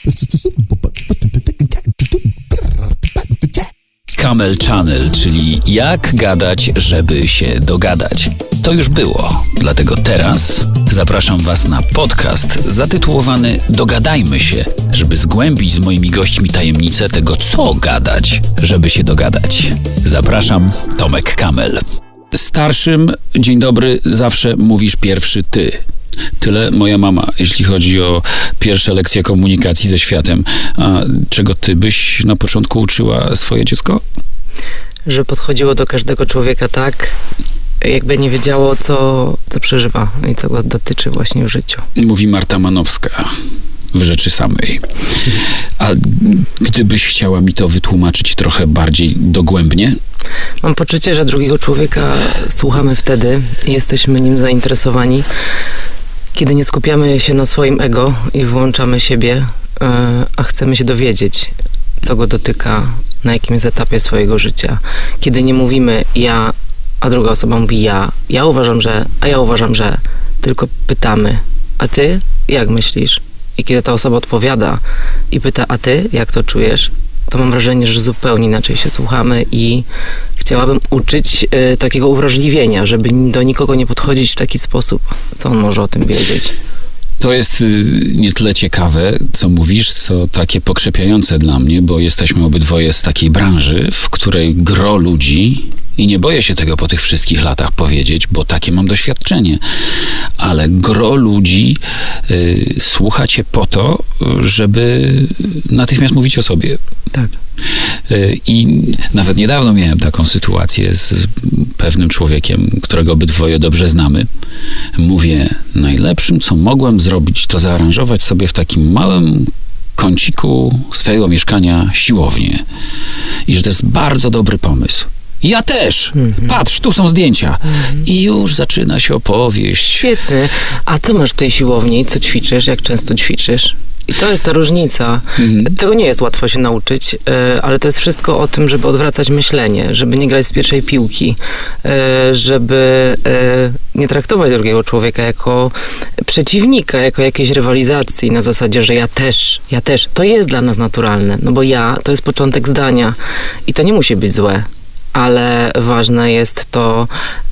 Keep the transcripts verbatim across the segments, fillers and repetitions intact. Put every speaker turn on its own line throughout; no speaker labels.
Camel Channel, czyli jak gadać, żeby się dogadać. To już było, dlatego teraz zapraszam Was na podcast zatytułowany Dogadajmy się, żeby zgłębić z moimi gośćmi tajemnicę tego, co gadać, żeby się dogadać. Zapraszam, Tomek Camel. Starszym, dzień dobry, zawsze mówisz pierwszy ty. Tyle moja mama, jeśli chodzi o pierwsze lekcje komunikacji ze światem. A czego ty byś na początku uczyła swoje dziecko?
Że podchodziło do każdego człowieka tak, jakby nie wiedziało, co, co przeżywa i co go dotyczy właśnie w życiu.
Mówi Marta Manowska w Rzeczy Samej. A gdybyś chciała mi to wytłumaczyć trochę bardziej dogłębnie?
Mam poczucie, że drugiego człowieka słuchamy wtedy i jesteśmy nim zainteresowani, kiedy nie skupiamy się na swoim ego i wyłączamy siebie, a chcemy się dowiedzieć, co go dotyka, na jakim jest etapie swojego życia. Kiedy nie mówimy ja, a druga osoba mówi ja, ja uważam, że, a ja uważam, że, tylko pytamy, a ty jak myślisz? I kiedy ta osoba odpowiada i pyta, a ty jak to czujesz? To mam wrażenie, że zupełnie inaczej się słuchamy i chciałabym uczyć y, takiego uwrażliwienia, żeby do nikogo nie podchodzić w taki sposób, co on może o tym wiedzieć.
To jest y, nie tyle ciekawe, co mówisz, co takie pokrzepiające dla mnie, bo jesteśmy obydwoje z takiej branży, w której gro ludzi, i nie boję się tego po tych wszystkich latach powiedzieć, bo takie mam doświadczenie, ale gro ludzi y, słucha cię po to, żeby natychmiast mówić o sobie.
Tak.
Y, I nawet niedawno miałem taką sytuację z pewnym człowiekiem, którego obydwoje dobrze znamy. Mówię, najlepszym, co mogłem zrobić, to zaaranżować sobie w takim małym kąciku swojego mieszkania siłownię. I że to jest bardzo dobry pomysł. Ja też. Mm-hmm. Patrz, tu są zdjęcia. Mm-hmm. I już zaczyna się opowieść.
Świetnie. A co masz w tej siłowni? Co ćwiczysz? Jak często ćwiczysz? I to jest ta różnica. Mm-hmm. Tego nie jest łatwo się nauczyć, ale to jest wszystko o tym, żeby odwracać myślenie, żeby nie grać z pierwszej piłki, żeby nie traktować drugiego człowieka jako przeciwnika, jako jakiejś rywalizacji na zasadzie, że ja też, ja też. To jest dla nas naturalne, no bo ja to jest początek zdania i to nie musi być złe. Ale ważne jest to,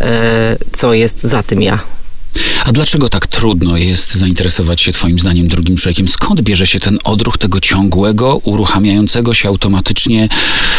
co jest za tym ja.
A dlaczego tak trudno jest zainteresować się twoim zdaniem drugim człowiekiem? Skąd bierze się ten odruch tego ciągłego, uruchamiającego się automatycznie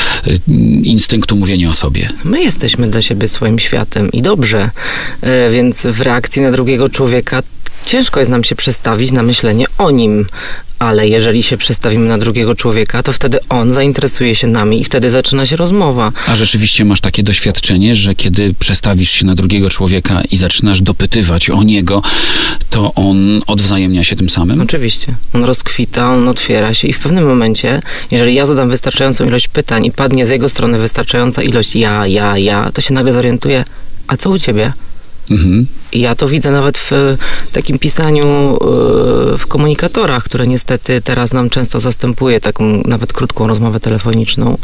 instynktu mówienia o sobie?
My jesteśmy dla siebie swoim światem i dobrze, więc w reakcji na drugiego człowieka ciężko jest nam się przestawić na myślenie o nim, ale jeżeli się przestawimy na drugiego człowieka, to wtedy on zainteresuje się nami i wtedy zaczyna się rozmowa.
A rzeczywiście masz takie doświadczenie, że kiedy przestawisz się na drugiego człowieka i zaczynasz dopytywać o niego, to on odwzajemnia się tym samym?
Oczywiście. On rozkwita, on otwiera się i w pewnym momencie, jeżeli ja zadam wystarczającą ilość pytań i padnie z jego strony wystarczająca ilość ja, ja, ja, to się nagle zorientuje, a co u ciebie? Mhm. I ja to widzę nawet w takim pisaniu w komunikatorach, które niestety teraz nam często zastępuje taką nawet krótką rozmowę telefoniczną,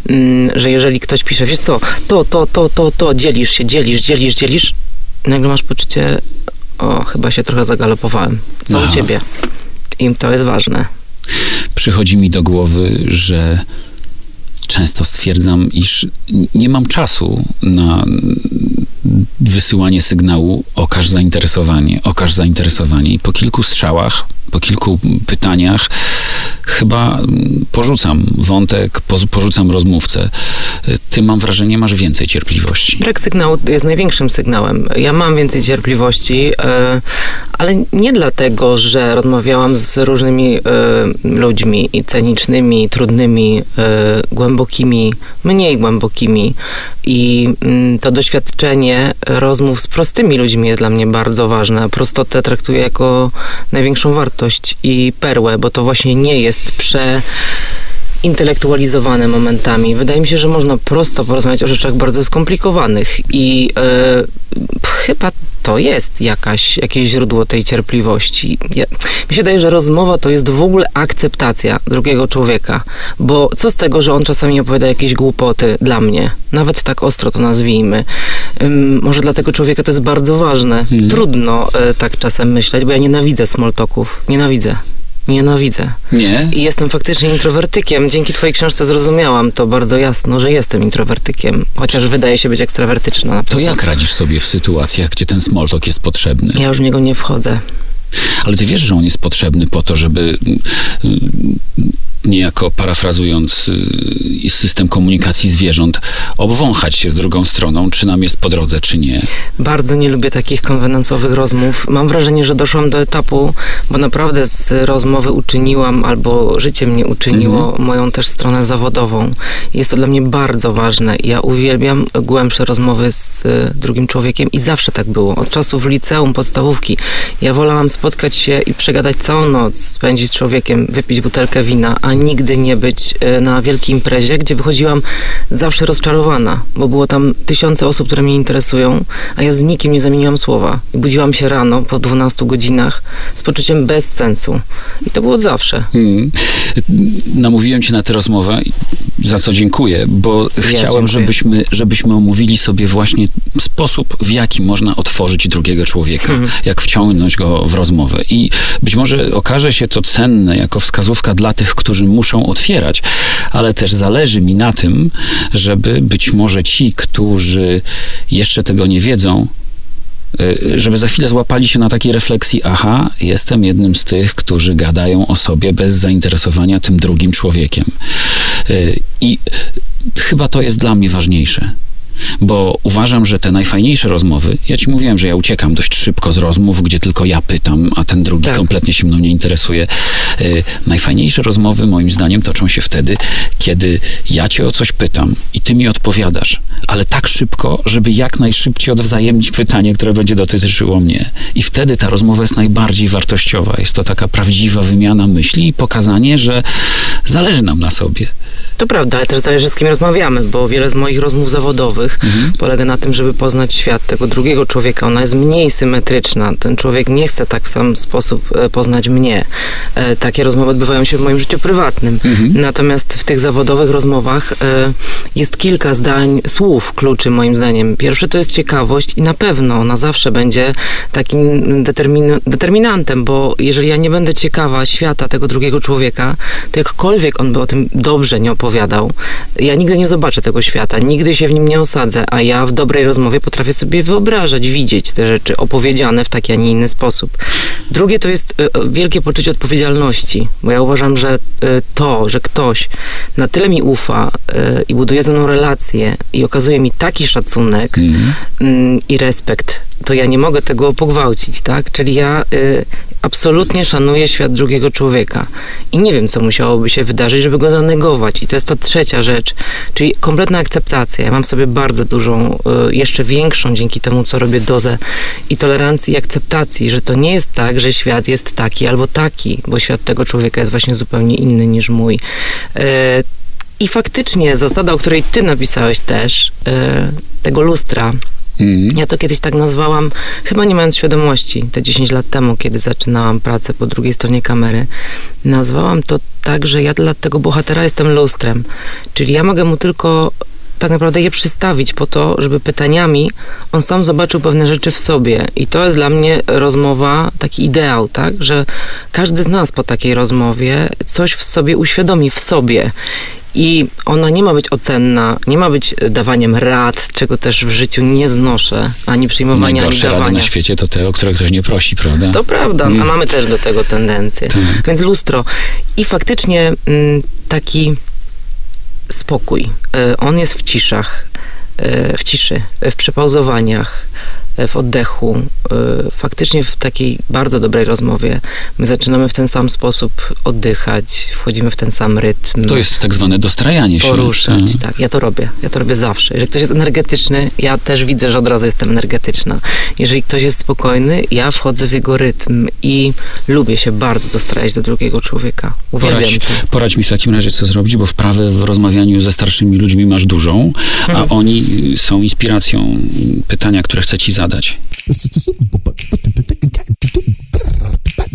że jeżeli ktoś pisze, wiesz co, to, to, to, to, to, dzielisz się, dzielisz, dzielisz, dzielisz, nagle masz poczucie, o, chyba się trochę zagalopowałem. Co Aha. u ciebie? I to jest ważne.
Przychodzi mi do głowy, że często stwierdzam, iż nie mam czasu na wysyłanie sygnału okaż zainteresowanie, okaż zainteresowanie. I po kilku strzałach, po kilku pytaniach chyba porzucam wątek, porzucam rozmówcę. Ty, mam wrażenie, masz więcej cierpliwości.
Brak sygnału jest największym sygnałem. Ja mam więcej cierpliwości, ale nie dlatego, że rozmawiałam z różnymi ludźmi i cenicznymi, trudnymi, głębokimi, mniej głębokimi. I to doświadczenie rozmów z prostymi ludźmi jest dla mnie bardzo ważne. Prostotę traktuję jako największą wartość i perłę, bo to właśnie nie jest prze... intelektualizowane momentami. Wydaje mi się, że można prosto porozmawiać o rzeczach bardzo skomplikowanych i yy, chyba to jest jakaś, jakieś źródło tej cierpliwości. Ja, mi się wydaje, że rozmowa to jest w ogóle akceptacja drugiego człowieka, bo co z tego, że on czasami opowiada jakieś głupoty dla mnie, nawet tak ostro to nazwijmy. Ym, może dla tego człowieka to jest bardzo ważne. Hmm. Trudno y, tak czasem myśleć, bo ja nienawidzę small talków. Nienawidzę. Nienawidzę.
Nie?
I jestem faktycznie introwertykiem. Dzięki twojej książce zrozumiałam to bardzo jasno, że jestem introwertykiem, chociaż wydaje się być ekstrawertyczna.
To jak radzisz sobie w sytuacjach, gdzie ten small talk jest potrzebny?
Ja już w niego nie wchodzę.
Ale ty wiesz, że on jest potrzebny po to, żeby niejako parafrazując system komunikacji zwierząt, obwąchać się z drugą stroną, czy nam jest po drodze, czy nie.
Bardzo nie lubię takich konwenansowych rozmów. Mam wrażenie, że doszłam do etapu, bo naprawdę z rozmowy uczyniłam, albo życie mnie uczyniło, mhm. moją też stronę zawodową. Jest to dla mnie bardzo ważne. Ja uwielbiam głębsze rozmowy z drugim człowiekiem i zawsze tak było. Od czasów liceum, podstawówki. Ja wolałam spotkać się i przegadać całą noc, spędzić z człowiekiem, wypić butelkę wina, a nigdy nie być na wielkiej imprezie, gdzie wychodziłam zawsze rozczarowana, bo było tam tysiące osób, które mnie interesują, a ja z nikim nie zamieniłam słowa. I budziłam się rano po dwunastu godzinach z poczuciem bez sensu. I to było od zawsze. Hmm.
Namówiłem cię na tę rozmowę, za co dziękuję, bo ja chciałem, żebyśmy, żebyśmy omówili sobie właśnie sposób, w jaki można otworzyć drugiego człowieka, hmm. jak wciągnąć go w rozmowę. I być może okaże się to cenne jako wskazówka dla tych, którzy muszą otwierać, ale też zależy mi na tym, żeby być może ci, którzy jeszcze tego nie wiedzą, żeby za chwilę złapali się na takiej refleksji, aha, jestem jednym z tych, którzy gadają o sobie bez zainteresowania tym drugim człowiekiem. I chyba to jest dla mnie ważniejsze. Bo uważam, że te najfajniejsze rozmowy, ja ci mówiłem, że ja uciekam dość szybko z rozmów, gdzie tylko ja pytam, a ten drugi tak. kompletnie się mną nie interesuje. Yy, najfajniejsze rozmowy moim zdaniem toczą się wtedy, kiedy ja cię o coś pytam i ty mi odpowiadasz, ale tak szybko, żeby jak najszybciej odwzajemnić pytanie, które będzie dotyczyło mnie. I wtedy ta rozmowa jest najbardziej wartościowa. Jest to taka prawdziwa wymiana myśli i pokazanie, że zależy nam na sobie.
To prawda, ale też zależy, z kim rozmawiamy, bo wiele z moich rozmów zawodowych mhm. polega na tym, żeby poznać świat tego drugiego człowieka. Ona jest mniej symetryczna. Ten człowiek nie chce tak w sam sposób e, poznać mnie. E, takie rozmowy odbywają się w moim życiu prywatnym. Mhm. Natomiast w tych zawodowych rozmowach e, jest kilka zdań, słów kluczy moim zdaniem. Pierwszy to jest ciekawość i na pewno ona zawsze będzie takim determin- determinantem, bo jeżeli ja nie będę ciekawa świata tego drugiego człowieka, to jakkolwiek on by o tym dobrze nie opowiadał, ja nigdy nie zobaczę tego świata, nigdy się w nim nie osadzę, a ja w dobrej rozmowie potrafię sobie wyobrażać, widzieć te rzeczy opowiedziane w taki, a nie inny sposób. Drugie to jest y, wielkie poczucie odpowiedzialności, bo ja uważam, że y, to, że ktoś na tyle mi ufa y, i buduje ze mną relacje i okazuje mi taki szacunek mm. y, i respekt, to ja nie mogę tego pogwałcić, tak? Czyli ja y, absolutnie szanuję świat drugiego człowieka i nie wiem, co musiałoby się wydarzyć, żeby go zanegować. I to jest to trzecia rzecz, czyli kompletna akceptacja. Ja mam w sobie bardzo dużą, y, jeszcze większą dzięki temu, co robię, dozę i tolerancji i akceptacji, że to nie jest tak, że świat jest taki albo taki, bo świat tego człowieka jest właśnie zupełnie inny niż mój. Y, I faktycznie zasada, o której ty napisałeś też, y, tego lustra, Mm. ja to kiedyś tak nazwałam, chyba nie mając świadomości, te dziesięć lat temu, kiedy zaczynałam pracę po drugiej stronie kamery, nazwałam to tak, że ja dla tego bohatera jestem lustrem. Czyli ja mogę mu tylko tak naprawdę je przystawić po to, żeby pytaniami on sam zobaczył pewne rzeczy w sobie. I to jest dla mnie rozmowa, taki ideał, tak? Że każdy z nas po takiej rozmowie coś w sobie uświadomi, w sobie. I ona nie ma być ocenna, nie ma być dawaniem rad, czego też w życiu nie znoszę, ani przyjmowania, ani dawania.
Rady na świecie to te, o które ktoś nie prosi, prawda?
To prawda, mm. a mamy też do tego tendencję. Tak. Więc lustro. I faktycznie m, taki spokój. Y, on jest w ciszach, y, w ciszy, w przepauzowaniach, w oddechu, faktycznie w takiej bardzo dobrej rozmowie my zaczynamy w ten sam sposób oddychać, wchodzimy w ten sam rytm.
To jest tak zwane dostrajanie się.
Poruszać, tak. tak. Ja to robię. Ja to robię zawsze. Jeżeli ktoś jest energetyczny, ja też widzę, że od razu jestem energetyczna. Jeżeli ktoś jest spokojny, ja wchodzę w jego rytm i lubię się bardzo dostrajać do drugiego człowieka. Uwielbiam
poradź,
to.
Poradź mi w takim razie, co zrobić, bo wprawę w rozmawianiu ze starszymi ludźmi masz dużą, a hmm. oni są inspiracją pytania, które chcę ci zadać.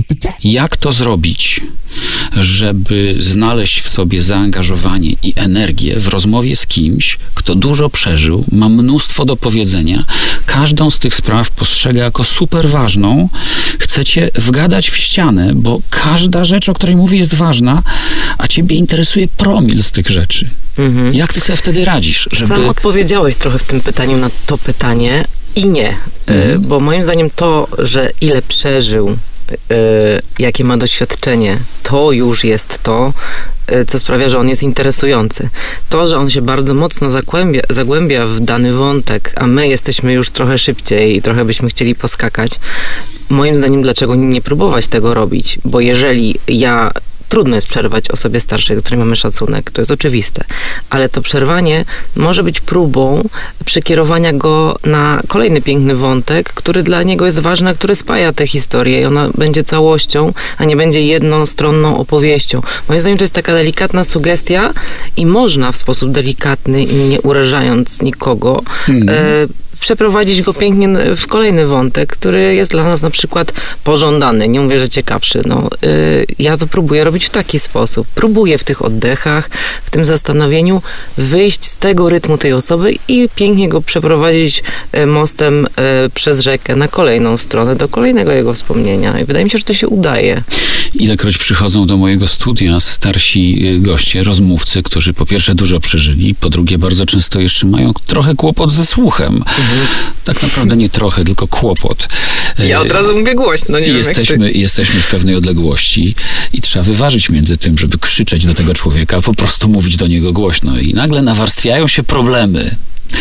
jak to zrobić, żeby znaleźć w sobie zaangażowanie i energię w rozmowie z kimś, kto dużo przeżył, ma mnóstwo do powiedzenia, każdą z tych spraw postrzega jako super ważną, chcecie wgadać w ścianę, bo każda rzecz, o której mówi, jest ważna, a ciebie interesuje promil z tych rzeczy. Mhm. Jak ty sobie wtedy radzisz? Żeby...
Sam odpowiedziałeś trochę w tym pytaniu na to pytanie i nie, mhm. bo moim zdaniem to, że ile przeżył, jakie ma doświadczenie, to już jest to, co sprawia, że on jest interesujący. To, że on się bardzo mocno zagłębia, zagłębia w dany wątek, a my jesteśmy już trochę szybciej i trochę byśmy chcieli poskakać, moim zdaniem dlaczego nie próbować tego robić? Bo jeżeli ja trudno jest przerwać osobie starszej, do której mamy szacunek, to jest oczywiste. Ale to przerwanie może być próbą przekierowania go na kolejny piękny wątek, który dla niego jest ważny, a który spaja tę historię i ona będzie całością, a nie będzie jednostronną opowieścią. Moim zdaniem to jest taka delikatna sugestia i można w sposób delikatny i nie urażając nikogo mm. e, przeprowadzić go pięknie w kolejny wątek, który jest dla nas na przykład pożądany, nie mówię, że ciekawszy. No, yy, ja to próbuję robić w taki sposób. Próbuję w tych oddechach, w tym zastanowieniu wyjść z tego rytmu tej osoby i pięknie go przeprowadzić y, mostem y, przez rzekę na kolejną stronę, do kolejnego jego wspomnienia. I wydaje mi się, że to się udaje.
Ilekroć przychodzą do mojego studia starsi goście, rozmówcy, którzy po pierwsze dużo przeżyli, po drugie bardzo często jeszcze mają trochę kłopot ze słuchem. Mhm. Tak naprawdę nie trochę, tylko kłopot.
Ja od razu mówię głośno. Nie
jesteśmy,
wiem, jak ty...
jesteśmy w pewnej odległości i trzeba wyważyć między tym, żeby krzyczeć do tego człowieka, a po prostu mówić do niego głośno. I nagle nawarstwiają się problemy.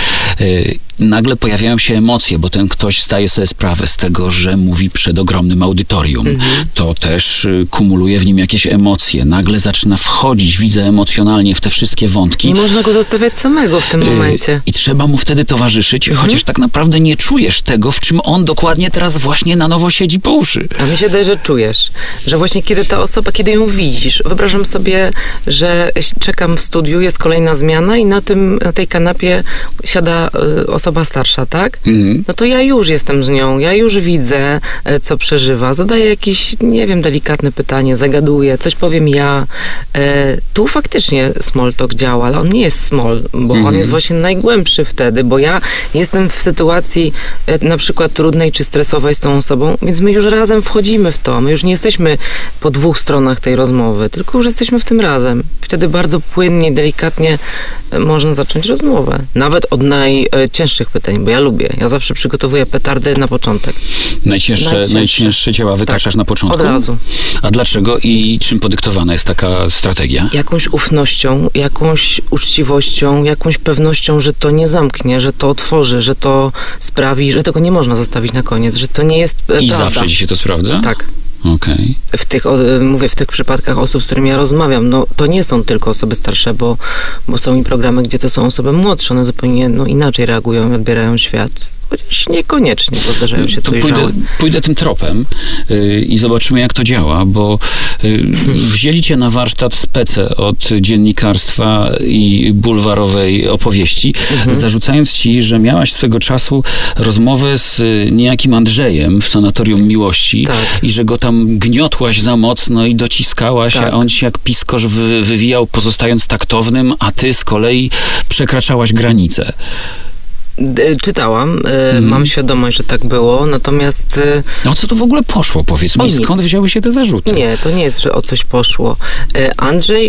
Nagle pojawiają się emocje, bo ten ktoś zdaje sobie sprawę z tego, że mówi przed ogromnym audytorium. Mhm. To też kumuluje w nim jakieś emocje. Nagle zaczyna wchodzić, widzę, emocjonalnie w te wszystkie wątki.
Nie można go zostawiać samego w tym momencie.
I trzeba mu wtedy towarzyszyć, mhm. chociaż tak naprawdę nie czujesz tego, w czym on dokładnie teraz właśnie na nowo siedzi po uszy.
A mi się wydaje, że czujesz. Że właśnie kiedy ta osoba, kiedy ją widzisz, wyobrażam sobie, że czekam w studiu, jest kolejna zmiana i na tym, na tej kanapie siada y, osoba starsza, tak? Mhm. No to ja już jestem z nią, ja już widzę, y, co przeżywa. Zadaję jakieś, nie wiem, delikatne pytanie, zagaduję, coś powiem ja. Y, tu faktycznie small talk działa, ale on nie jest small, bo mhm. on jest właśnie najgłębszy wtedy, bo ja jestem w sytuacji y, na przykład trudnej czy stresowej z tą osobą, więc my już razem wchodzimy w to. My już nie jesteśmy po dwóch stronach tej rozmowy, tylko już jesteśmy w tym razem. Wtedy bardzo płynnie, delikatnie y, można zacząć rozmowę. Nawet od najcięższych pytań, bo ja lubię. Ja zawsze przygotowuję petardy na początek.
Najcięższe, najcięższe. najcięższe dzieła wytaczasz tak, na początku?
Od razu.
A dlaczego i czym podyktowana jest taka strategia?
Jakąś ufnością, jakąś uczciwością, jakąś pewnością, że to nie zamknie, że to otworzy, że to sprawi, że tego nie można zostawić na koniec, że to nie jest
I
prawda.
zawsze ci się to sprawdza?
Tak.
Okay.
W tych, mówię, w tych przypadkach osób, z którymi ja rozmawiam, no to nie są tylko osoby starsze, bo, bo są i programy, gdzie to są osoby młodsze, one zupełnie no, inaczej reagują i odbierają świat. Chociaż niekoniecznie, bo zdarzają się
to pójdę, pójdę tym tropem yy, i zobaczymy, jak to działa, bo yy, wzięli cię na warsztat spece od dziennikarstwa i bulwarowej opowieści, mhm. zarzucając ci, że miałaś swego czasu rozmowę z niejakim Andrzejem w Sanatorium Miłości tak. i że go tam gniotłaś za mocno i dociskałaś, tak. a on ci jak piskosz wy, wywijał, pozostając taktownym, a ty z kolei przekraczałaś granicę.
Czytałam, mm. mam świadomość, że tak było, natomiast...
No o co to w ogóle poszło, powiedz mi, skąd wzięły się te zarzuty?
Nie, to nie jest, że o coś poszło. Andrzej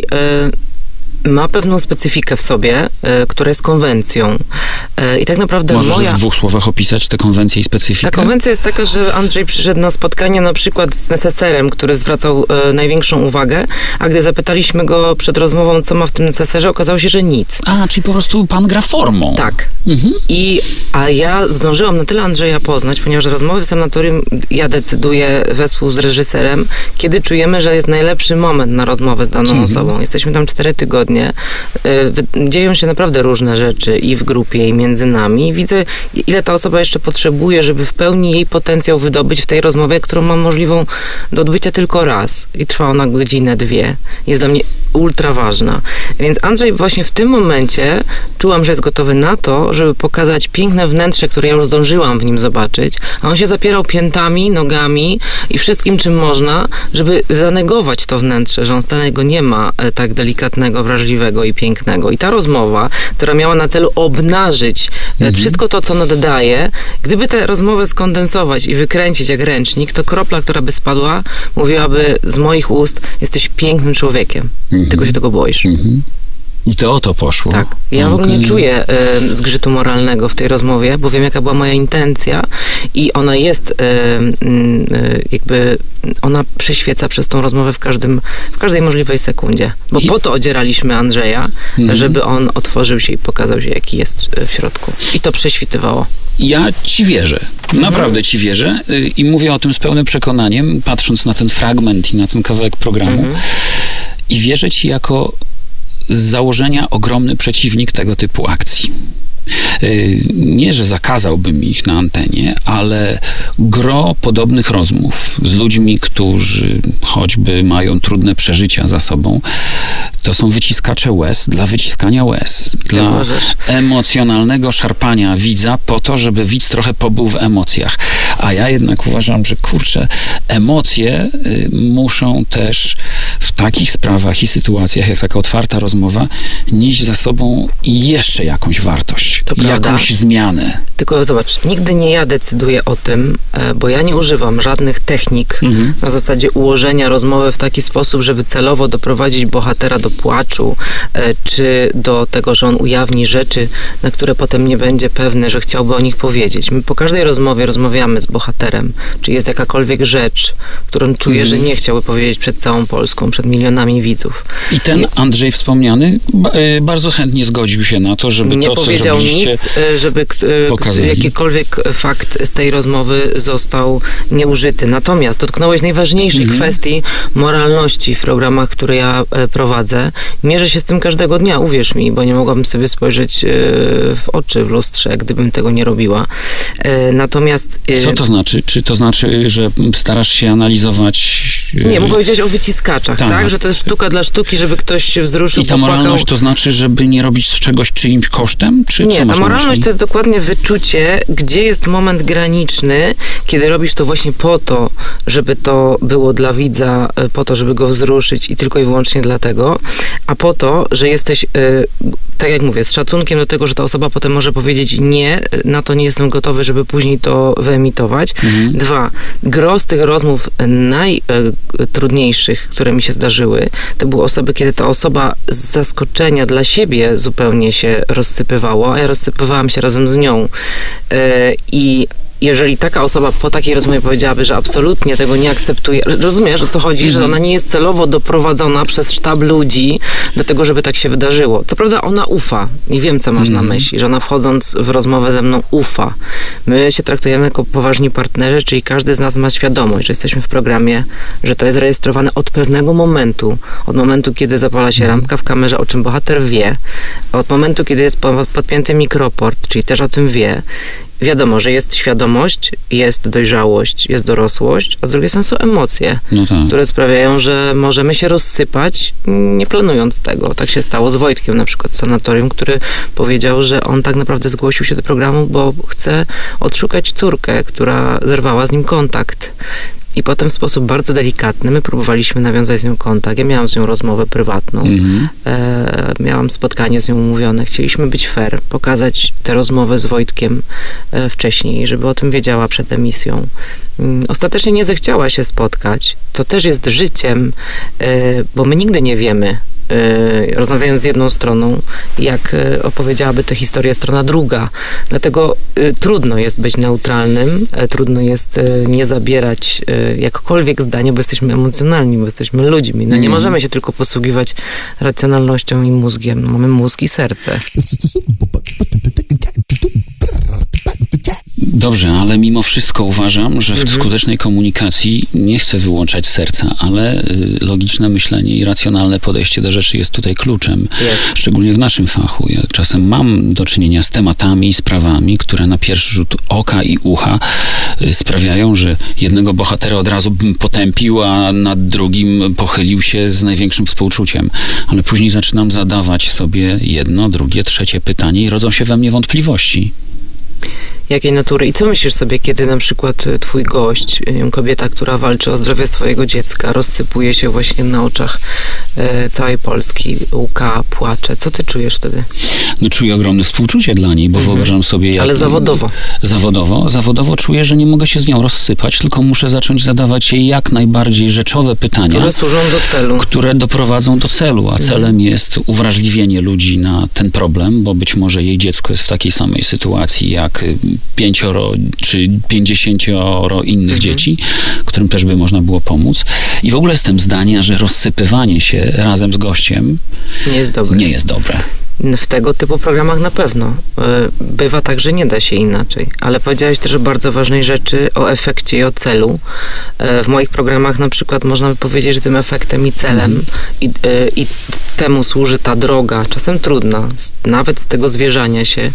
ma pewną specyfikę w sobie, y, która jest konwencją. Y, I tak naprawdę
Możesz
moja...
w dwóch słowach opisać tę konwencję i specyfikę?
Ta konwencja jest taka, że Andrzej przyszedł na spotkanie na przykład z neseserem, który zwracał y, największą uwagę, a gdy zapytaliśmy go przed rozmową, co ma w tym neseserze, okazało się, że nic.
A, czyli po prostu pan gra formą.
Tak. Mhm. I, a ja zdążyłam na tyle Andrzeja poznać, ponieważ rozmowy w sanatorium ja decyduję wespół z reżyserem, kiedy czujemy, że jest najlepszy moment na rozmowę z daną mhm. osobą. Jesteśmy tam cztery tygodnie. Dzieją się naprawdę różne rzeczy i w grupie, i między nami. Widzę, ile ta osoba jeszcze potrzebuje, żeby w pełni jej potencjał wydobyć w tej rozmowie, którą mam możliwą do odbycia tylko raz. I trwa ona godzinę, dwie. Jest dla mnie ultra ważna. Więc Andrzej właśnie w tym momencie czułam, że jest gotowy na to, żeby pokazać piękne wnętrze, które ja już zdążyłam w nim zobaczyć, a on się zapierał piętami, nogami i wszystkim, czym można, żeby zanegować to wnętrze, że on wcale go nie ma e, tak delikatnego, wrażliwego i pięknego. I ta rozmowa, która miała na celu obnażyć e, mhm. wszystko to, co naddaje, gdyby tę rozmowę skondensować i wykręcić jak ręcznik, to kropla, która by spadła, mówiłaby z moich ust, jesteś pięknym człowiekiem, mhm. tylko się tego boisz.
Mhm. I to o to poszło.
Tak. Ja okay. w ogóle nie czuję y, zgrzytu moralnego w tej rozmowie, bo wiem, jaka była moja intencja i ona jest y, y, jakby, ona prześwieca przez tą rozmowę w każdym, w każdej możliwej sekundzie. Bo I... po to odzieraliśmy Andrzeja, mm. żeby on otworzył się i pokazał się, jaki jest w środku. I to prześwitywało.
Ja ci wierzę. Naprawdę ci wierzę i mówię o tym z pełnym przekonaniem, patrząc na ten fragment i na ten kawałek programu. Mm. I wierzę ci jako z założenia ogromny przeciwnik tego typu akcji. Nie, że zakazałbym ich na antenie, ale gro podobnych rozmów z ludźmi, którzy choćby mają trudne przeżycia za sobą, to są wyciskacze łez dla wyciskania łez. Ty dla możesz. Emocjonalnego szarpania widza po to, żeby widz trochę pobył w emocjach. A ja jednak uważam, że kurczę, emocje y, muszą też w takich sprawach i sytuacjach, jak taka otwarta rozmowa, nieść za sobą jeszcze jakąś wartość.
To
jakąś zmianę.
Tylko zobacz, nigdy nie ja decyduję o tym, bo ja nie używam żadnych technik mhm. na zasadzie ułożenia rozmowy w taki sposób, żeby celowo doprowadzić bohatera do płaczu, czy do tego, że on ujawni rzeczy, na które potem nie będzie pewny, że chciałby o nich powiedzieć. My po każdej rozmowie rozmawiamy z bohaterem, czy jest jakakolwiek rzecz, którą czuję, mhm. że nie chciałby powiedzieć przed całą Polską, przed milionami widzów.
I ten I... Andrzej wspomniany bardzo chętnie zgodził się na to, żeby
nie
to, co
powiedział
zrobiliście,
nic, żeby pokazali. jakikolwiek fakt z tej rozmowy został nieużyty. Natomiast dotknąłeś najważniejszej mhm. kwestii moralności w programach, które ja prowadzę. Mierzę się z tym każdego dnia, uwierz mi, bo nie mogłabym sobie spojrzeć w oczy w lustrze, gdybym tego nie robiła. Natomiast...
Co to znaczy? Czy to znaczy, że starasz się analizować...
Nie, bo powiedziałeś o wyciskaczach, tak? tak? Że to jest sztuka dla sztuki, żeby ktoś się wzruszył,
I ta
popłakał.
moralność to znaczy, żeby nie robić z czegoś czyimś kosztem? Czy
nie, ta moralność to jest dokładnie wyczucie, gdzie jest moment graniczny, kiedy robisz to właśnie po to, żeby to było dla widza, po to, żeby go wzruszyć i tylko i wyłącznie dlatego, a po to, że jesteś, tak jak mówię, z szacunkiem do tego, że ta osoba potem może powiedzieć nie, na to nie jestem gotowy, żeby później to wyemitować. Mhm. Dwa, gro z tych rozmów najtrudniejszych, które mi się zdarzyły, to były osoby, kiedy ta osoba z zaskoczenia dla siebie zupełnie się rozsypywało, a ja rozsypywałam się razem z nią. I jeżeli taka osoba po takiej rozmowie powiedziałaby, że absolutnie tego nie akceptuje, rozumiesz, o co chodzi, mm. że ona nie jest celowo doprowadzona przez sztab ludzi do tego, żeby tak się wydarzyło. Co prawda ona ufa i wiem, co masz mm. na myśli, że ona wchodząc w rozmowę ze mną ufa. My się traktujemy jako poważni partnerzy, czyli każdy z nas ma świadomość, że jesteśmy w programie, że to jest rejestrowane od pewnego momentu, od momentu, kiedy zapala się mm. lampka w kamerze, o czym bohater wie, od momentu, kiedy jest podpięty mikroport, czyli też o tym wie. Wiadomo, że jest świadomość, jest dojrzałość, jest dorosłość, a z drugiej strony są emocje, no tak. które sprawiają, że możemy się rozsypać, nie planując tego. Tak się stało z Wojtkiem, na przykład w sanatorium, który powiedział, że on tak naprawdę zgłosił się do programu, bo chce odszukać córkę, która zerwała z nim kontakt. I potem w sposób bardzo delikatny my próbowaliśmy nawiązać z nią kontakt. Ja miałam z nią rozmowę prywatną. Mm-hmm. E, miałam spotkanie z nią umówione. Chcieliśmy być fair, pokazać tę rozmowę z Wojtkiem e, wcześniej, żeby o tym wiedziała przed emisją. Mm, ostatecznie nie zechciała się spotkać. To też jest życiem, e, bo my nigdy nie wiemy, Yy, rozmawiając z jedną stroną, jak yy, opowiedziałaby tę historię strona druga. Dlatego yy, trudno jest być neutralnym, yy, trudno jest yy, nie zabierać yy, jakkolwiek zdania, bo jesteśmy emocjonalni, bo jesteśmy ludźmi. No nie mm. możemy się tylko posługiwać racjonalnością i mózgiem. No, mamy mózg i serce.
Dobrze, ale mimo wszystko uważam, że w mhm. skutecznej komunikacji nie chcę wyłączać serca, ale y, logiczne myślenie i racjonalne podejście do rzeczy jest tutaj kluczem.
Jest.
Szczególnie w naszym fachu. Ja czasem mam do czynienia z tematami i sprawami, które na pierwszy rzut oka i ucha y, sprawiają, że jednego bohatera od razu bym potępił, a nad drugim pochylił się z największym współczuciem. Ale później zaczynam zadawać sobie jedno, drugie, trzecie pytanie i rodzą się we mnie wątpliwości.
Jakiej natury? I co myślisz sobie, kiedy na przykład twój gość, kobieta, która walczy o zdrowie swojego dziecka, rozsypuje się właśnie na oczach e, całej Polski, łka, płacze. Co ty czujesz wtedy?
No czuję ogromne współczucie dla niej, bo mhm. wyobrażam sobie... Jak,
Ale zawodowo.
Zawodowo. Zawodowo czuję, że nie mogę się z nią rozsypać, tylko muszę zacząć zadawać jej jak najbardziej rzeczowe pytania.
Które służą do celu.
Które doprowadzą do celu, a mhm. celem jest uwrażliwienie ludzi na ten problem, bo być może jej dziecko jest w takiej samej sytuacji jak pięcioro czy pięćdziesięcioro innych mhm. dzieci, którym też by można było pomóc. I w ogóle jestem zdania, że rozsypywanie się razem z gościem
nie jest dobre.
Nie jest dobre.
W tego typu programach na pewno. Bywa tak, że nie da się inaczej. Ale powiedziałeś też o bardzo ważnej rzeczy, o efekcie i o celu. W moich programach na przykład można by powiedzieć, że tym efektem i celem mm. i, i temu służy ta droga, czasem trudna, nawet z tego zwierzania się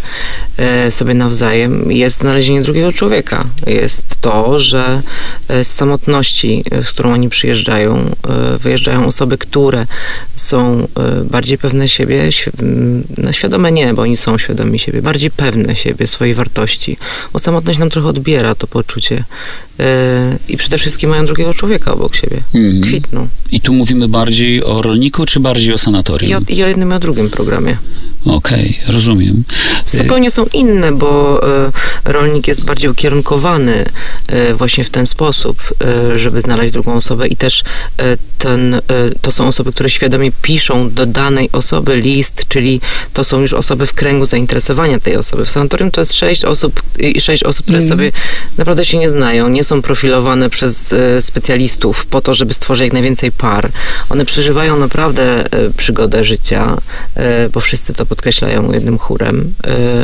sobie nawzajem, jest znalezienie drugiego człowieka. Jest to, że z samotności, z którą oni przyjeżdżają, wyjeżdżają osoby, które są bardziej pewne siebie, no świadome nie, bo oni są świadomi siebie, bardziej pewne siebie, swojej wartości. Bo samotność nam trochę odbiera to poczucie yy, i przede wszystkim mają drugiego człowieka obok siebie. Mm. Kwitną.
I tu mówimy bardziej o rolniku, czy bardziej o sanatorium?
I o, i o jednym i o drugim programie.
Okej, okay, rozumiem.
Zupełnie są inne, bo y, rolnik jest bardziej ukierunkowany y, właśnie w ten sposób, y, żeby znaleźć drugą osobę i też y, ten, y, to są osoby, które świadomie piszą do danej osoby list, czyli to są już osoby w kręgu zainteresowania tej osoby. W sanatorium to jest sześć osób, y, sześć osób, które mm. sobie naprawdę się nie znają, nie są profilowane przez y, specjalistów po to, żeby stworzyć jak najwięcej par. One przeżywają naprawdę y, przygodę życia, y, bo wszyscy to podkreślają jednym chórem,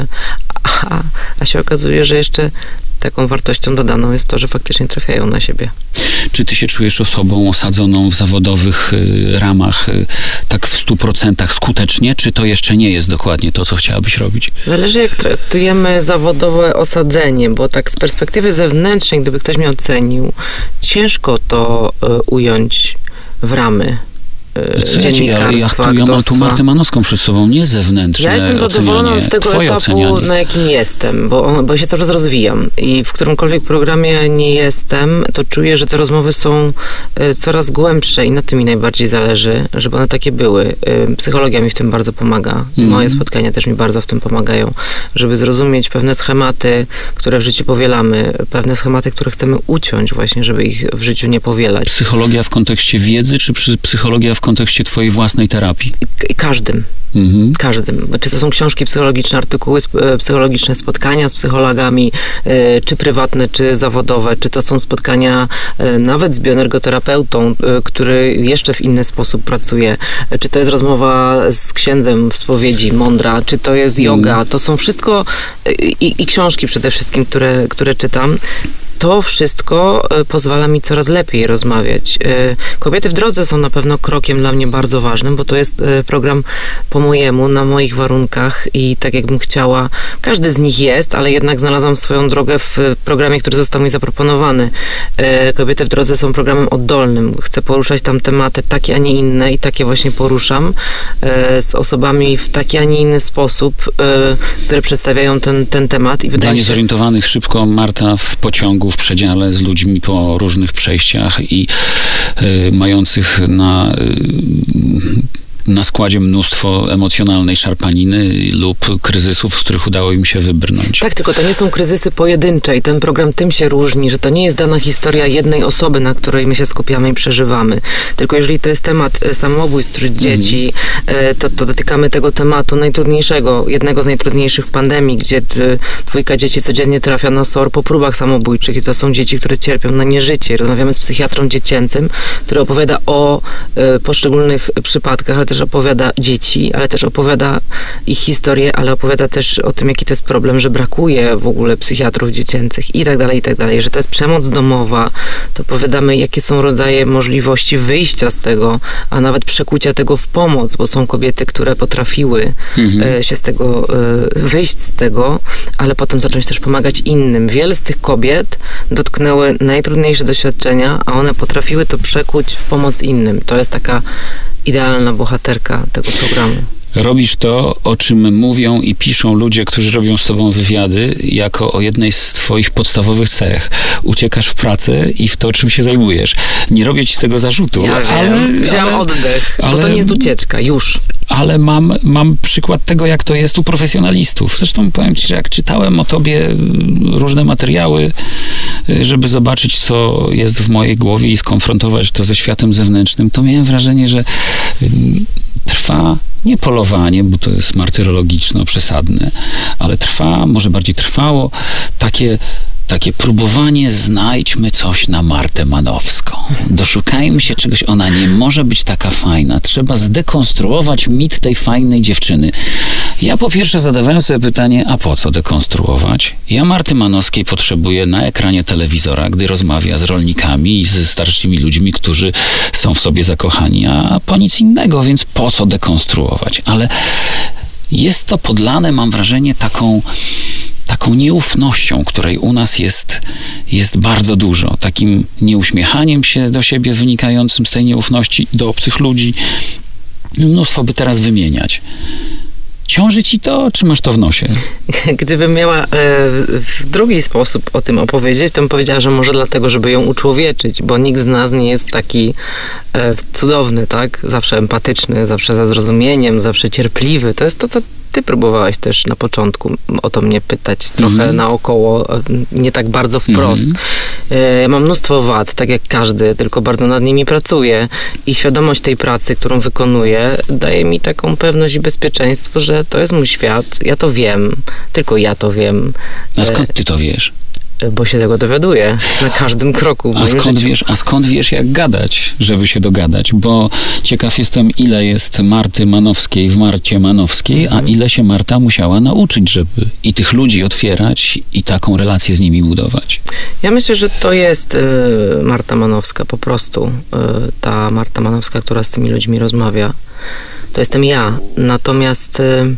a, a się okazuje, że jeszcze taką wartością dodaną jest to, że faktycznie trafiają na siebie.
Czy ty się czujesz osobą osadzoną w zawodowych y, ramach y, tak w stu procentach skutecznie, czy to jeszcze nie jest dokładnie to, co chciałabyś robić?
Zależy, jak traktujemy zawodowe osadzenie, bo tak z perspektywy zewnętrznej, gdyby ktoś mnie ocenił, ciężko to y, ująć w ramy.
dziennikarstwa, ja, ja, ja, ja mam tu Martę Manowską przed sobą, nie zewnętrzne
Ja jestem zadowolona z tego etapu, ocenianie. Na jakim jestem, bo, bo się cały czas rozwijam i w którymkolwiek programie nie jestem, to czuję, że te rozmowy są y, coraz głębsze i na tym mi najbardziej zależy, żeby one takie były. Y, psychologia mi w tym bardzo pomaga. Mm. Moje spotkania też mi bardzo w tym pomagają, żeby zrozumieć pewne schematy, które w życiu powielamy, pewne schematy, które chcemy uciąć właśnie, żeby ich w życiu nie powielać.
Psychologia w kontekście wiedzy, czy psychologia w kontekście twojej własnej terapii?
I każdym. Mhm. Każdym. Czy to są książki psychologiczne, artykuły psychologiczne, spotkania z psychologami, czy prywatne, czy zawodowe, czy to są spotkania nawet z bioenergoterapeutą, który jeszcze w inny sposób pracuje, czy to jest rozmowa z księdzem w spowiedzi, mądra, czy to jest yoga. Mhm. To są wszystko i, i książki przede wszystkim, które, które czytam. To wszystko pozwala mi coraz lepiej rozmawiać. Kobiety w drodze są na pewno krokiem dla mnie bardzo ważnym, bo to jest program po mojemu, na moich warunkach i tak jakbym chciała. Każdy z nich jest, ale jednak znalazłam swoją drogę w programie, który został mi zaproponowany. Kobiety w drodze są programem oddolnym. Chcę poruszać tam tematy takie, a nie inne i takie właśnie poruszam z osobami w taki, a nie inny sposób, które przedstawiają ten, ten temat. I
dla niezorientowanych szybko Marta w pociągu w przedziale z ludźmi po różnych przejściach i y, mających na y, na składzie mnóstwo emocjonalnej szarpaniny lub kryzysów, z których udało im się wybrnąć.
Tak, tylko to nie są kryzysy pojedyncze i ten program tym się różni, że to nie jest dana historia jednej osoby, na której my się skupiamy i przeżywamy. Tylko jeżeli to jest temat samobójstw wśród dzieci, mm. to, to dotykamy tego tematu najtrudniejszego, jednego z najtrudniejszych w pandemii, gdzie dwójka dzieci codziennie trafia na S O R po próbach samobójczych i to są dzieci, które cierpią na nieżycie. Rozmawiamy z psychiatrą dziecięcym, który opowiada o y, poszczególnych przypadkach, ale też też opowiada dzieci, ale też opowiada ich historię, ale opowiada też o tym, jaki to jest problem, że brakuje w ogóle psychiatrów dziecięcych i tak dalej, i tak dalej. Że to jest przemoc domowa, to opowiadamy, jakie są rodzaje możliwości wyjścia z tego, a nawet przekucia tego w pomoc, bo są kobiety, które potrafiły mhm. się z tego, wyjść z tego, ale potem zacząć też pomagać innym. Wiele z tych kobiet dotknęły najtrudniejsze doświadczenia, a one potrafiły to przekuć w pomoc innym. To jest taka idealna bohaterka tego programu.
Robisz to, o czym mówią i piszą ludzie, którzy robią z tobą wywiady, jako o jednej z twoich podstawowych cech. Uciekasz w pracę i w to, czym się zajmujesz. Nie robię ci z tego zarzutu,
ja
ale...
Wziąłem
ale,
oddech,
ale,
bo to nie jest ucieczka, już.
Ale mam, mam przykład tego, jak to jest u profesjonalistów. Zresztą powiem ci, że jak czytałem o tobie różne materiały, żeby zobaczyć, co jest w mojej głowie i skonfrontować to ze światem zewnętrznym, to miałem wrażenie, że trwa nie polowanie, bo to jest martyrologiczno przesadne, ale trwa, może bardziej trwało takie takie próbowanie, znajdźmy coś na Martę Manowską. Doszukajmy się czegoś, ona nie może być taka fajna. Trzeba zdekonstruować mit tej fajnej dziewczyny. Ja po pierwsze zadawałem sobie pytanie, a po co dekonstruować? Ja Marty Manowskiej potrzebuję na ekranie telewizora, gdy rozmawia z rolnikami i ze starszymi ludźmi, którzy są w sobie zakochani, a po nic innego, więc po co dekonstruować? Ale jest to podlane, mam wrażenie, taką taką nieufnością, której u nas jest, jest bardzo dużo. Takim nieuśmiechaniem się do siebie wynikającym z tej nieufności do obcych ludzi. Mnóstwo by teraz wymieniać. Ciąży ci to, czy masz to w nosie?
Gdybym miała e, w drugi sposób o tym opowiedzieć, to bym powiedziała, że może dlatego, żeby ją uczłowieczyć, bo nikt z nas nie jest taki e, cudowny, tak? Zawsze empatyczny, zawsze za zrozumieniem, zawsze cierpliwy. To jest to, co ty próbowałaś też na początku o to mnie pytać, trochę mm. naokoło, nie tak bardzo wprost. Mm. Ja mam mnóstwo wad, tak jak każdy, tylko bardzo nad nimi pracuję i świadomość tej pracy, którą wykonuję, daje mi taką pewność i bezpieczeństwo, że to jest mój świat, ja to wiem, tylko ja to wiem.
A skąd ty to wiesz?
Bo się tego dowiaduję na każdym kroku.
A skąd, wiesz, a skąd wiesz, jak gadać, żeby się dogadać? Bo ciekaw jestem, ile jest Marty Manowskiej w Marcie Manowskiej, mhm. a ile się Marta musiała nauczyć, żeby i tych ludzi otwierać i taką relację z nimi budować.
Ja myślę, że to jest y, Marta Manowska po prostu. Y, ta Marta Manowska, która z tymi ludźmi rozmawia. To jestem ja. Natomiast y,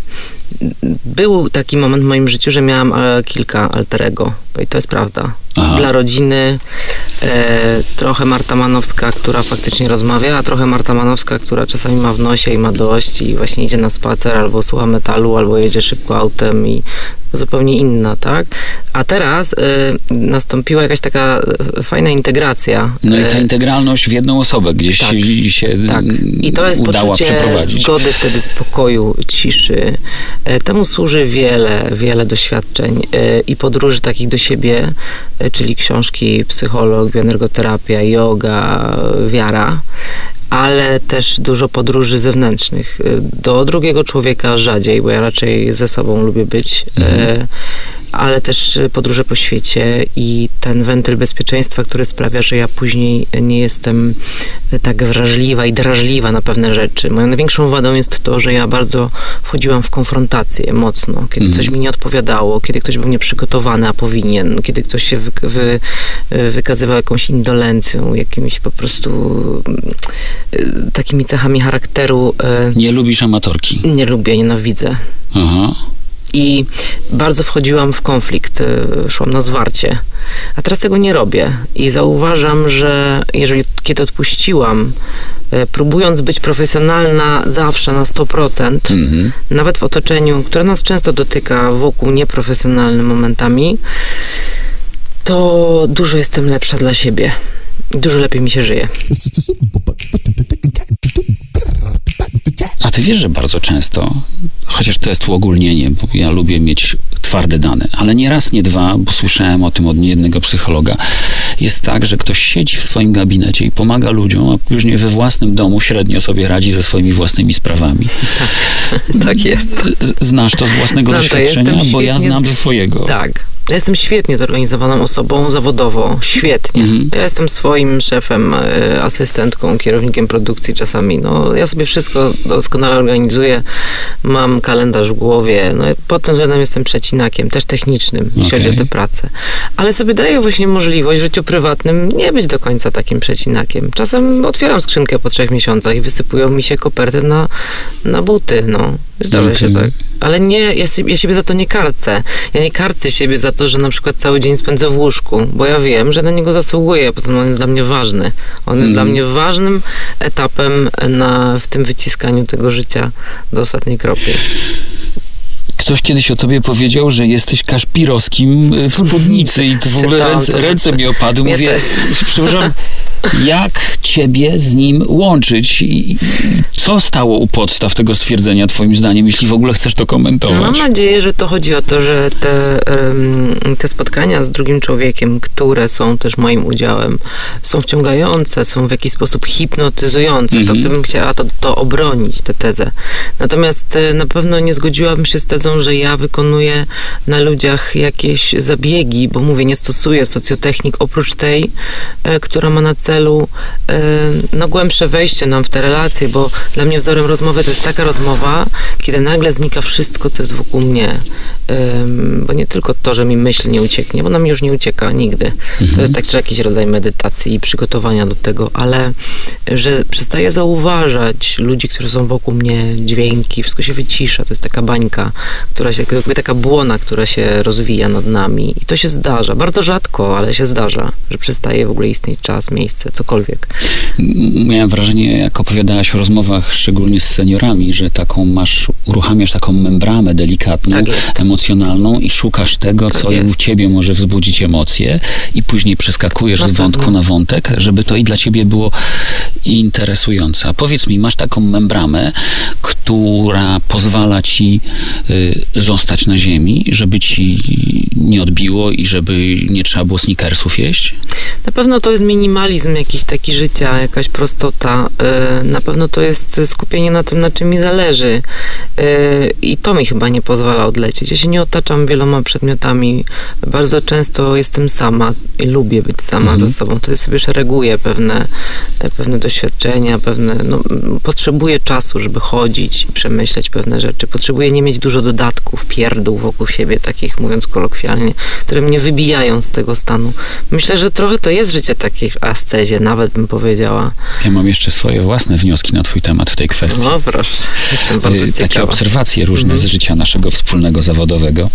był taki moment w moim życiu, że miałam e, kilka alter ego. I to jest prawda. Aha. Dla rodziny e, trochę Marta Manowska, która faktycznie rozmawia, a trochę Marta Manowska, która czasami ma w nosie i ma dość i właśnie idzie na spacer, albo słucha metalu, albo jedzie szybko autem i zupełnie inna, tak? A teraz e, nastąpiła jakaś taka fajna integracja.
No i ta integralność w jedną osobę gdzieś tak, się, się tak.
I to jest
udała
poczucie
przeprowadzić.
Zgody, wtedy spokoju, ciszy. E, temu służy wiele, wiele doświadczeń e, i podróży takich do siebie, e, czyli książki psycholog, bioenergoterapia, yoga, wiara, ale też dużo podróży zewnętrznych. Do drugiego człowieka rzadziej, bo ja raczej ze sobą lubię być, mhm. e, ale też podróże po świecie i ten wentyl bezpieczeństwa, który sprawia, że ja później nie jestem tak wrażliwa i drażliwa na pewne rzeczy. Moją największą wadą jest to, że ja bardzo wchodziłam w konfrontację mocno, kiedy mm. coś mi nie odpowiadało, kiedy ktoś był nieprzygotowany, a powinien, kiedy ktoś się wy, wy, wykazywał jakąś indolencją, jakimiś po prostu takimi cechami charakteru.
Nie lubisz amatorki?
Nie lubię, nienawidzę.
Aha.
I bardzo wchodziłam w konflikt, szłam na zwarcie. A teraz tego nie robię. I zauważam, że jeżeli kiedy odpuściłam, próbując być profesjonalna zawsze na sto procent, mm-hmm. nawet w otoczeniu, które nas często dotyka wokół nieprofesjonalnym momentami, to dużo jestem lepsza dla siebie. Dużo lepiej mi się żyje.
A ty wiesz, że bardzo często, chociaż to jest uogólnienie, bo ja lubię mieć twarde dane, ale nie raz, nie dwa, bo słyszałem o tym od niejednego psychologa, jest tak, że ktoś siedzi w swoim gabinecie i pomaga ludziom, a później we własnym domu średnio sobie radzi ze swoimi własnymi sprawami.
Tak, tak jest.
Znasz to z własnego znam doświadczenia, to, bo ja znam ze swojego.
Tak. Ja jestem świetnie zorganizowaną osobą zawodowo. Świetnie. Mhm. Ja jestem swoim szefem, asystentką, kierownikiem produkcji czasami. No, ja sobie wszystko doskonale organizuję. Mam kalendarz w głowie. No, pod tym względem jestem przecinakiem, też technicznym, jeśli okay. chodzi o tę pracę. Ale sobie daję właśnie możliwość w życiu prywatnym nie być do końca takim przecinakiem. Czasem otwieram skrzynkę po trzech miesiącach i wysypują mi się koperty na, na buty. No. Zdarza okay. się tak. Ale nie, ja, ja siebie za to nie karcę. Ja nie karcę siebie za to, że na przykład cały dzień spędzę w łóżku, bo ja wiem, że na niego zasługuję, poza tym on jest dla mnie ważny. On jest mm. dla mnie ważnym etapem na, w tym wyciskaniu tego życia do ostatniej kropli.
Ktoś kiedyś o tobie powiedział, że jesteś Kaszpirowskim w spódnicy i to w ogóle ręce, ręce mi opadły. Mówię, też. przepraszam, jak ciebie z nim łączyć? I co stało u podstaw tego stwierdzenia, twoim zdaniem, jeśli w ogóle chcesz to komentować?
Mam nadzieję, że to chodzi o to, że te, te spotkania z drugim człowiekiem, które są też moim udziałem, są wciągające, są w jakiś sposób hipnotyzujące. Mm-hmm. To gdybym chciała to, to obronić, tę tezę. Natomiast na pewno nie zgodziłabym się z tezą, że ja wykonuję na ludziach jakieś zabiegi, bo mówię, nie stosuję socjotechnik oprócz tej, e, która ma na celu e, no, głębsze wejście nam w te relacje, bo dla mnie wzorem rozmowy to jest taka rozmowa, kiedy nagle znika wszystko, co jest wokół mnie. E, bo nie tylko to, że mi myśl nie ucieknie, bo ona mi już nie ucieka nigdy. Mhm. To jest także jakiś rodzaj medytacji i przygotowania do tego, ale że przestaję zauważać ludzi, którzy są wokół mnie, dźwięki, wszystko się wycisza, to jest taka bańka, która się, jakby taka błona, która się rozwija nad nami. I to się zdarza. Bardzo rzadko, ale się zdarza, że przestaje w ogóle istnieć czas, miejsce, cokolwiek.
Miałem wrażenie, jak opowiadałaś o rozmowach, szczególnie z seniorami, że taką masz, uruchamiasz taką membranę delikatną, tak emocjonalną i szukasz tego, tak co jest. u ciebie może wzbudzić emocje i później przeskakujesz na z wątku pewno. na wątek, żeby to i dla ciebie było interesujące. A powiedz mi, masz taką membranę, która pozwala ci y, zostać na ziemi, żeby ci nie odbiło i żeby nie trzeba było sneakersów jeść?
Na pewno to jest minimalizm jakiś taki życia, jakaś prostota. Y, na pewno to jest skupienie na tym, na czym mi zależy. Y, I to mi chyba nie pozwala odlecieć. Ja się nie otaczam wieloma przedmiotami. Bardzo często jestem sama i lubię być sama mhm. ze sobą. To sobie szereguję pewne, pewne doświadczenia, pewne, no, potrzebuję czasu, żeby chodzić i przemyśleć pewne rzeczy. Potrzebuję nie mieć dużo dodatków, pierdół wokół siebie, takich, mówiąc kolokwialnie, które mnie wybijają z tego stanu. Myślę, że trochę to jest życie takiej w ascezie, nawet bym powiedziała.
Ja mam jeszcze swoje własne wnioski na twój temat w tej kwestii.
No proszę, jestem bardzo ciekawa.
Takie obserwacje różne mm. z życia naszego wspólnego zawodowego.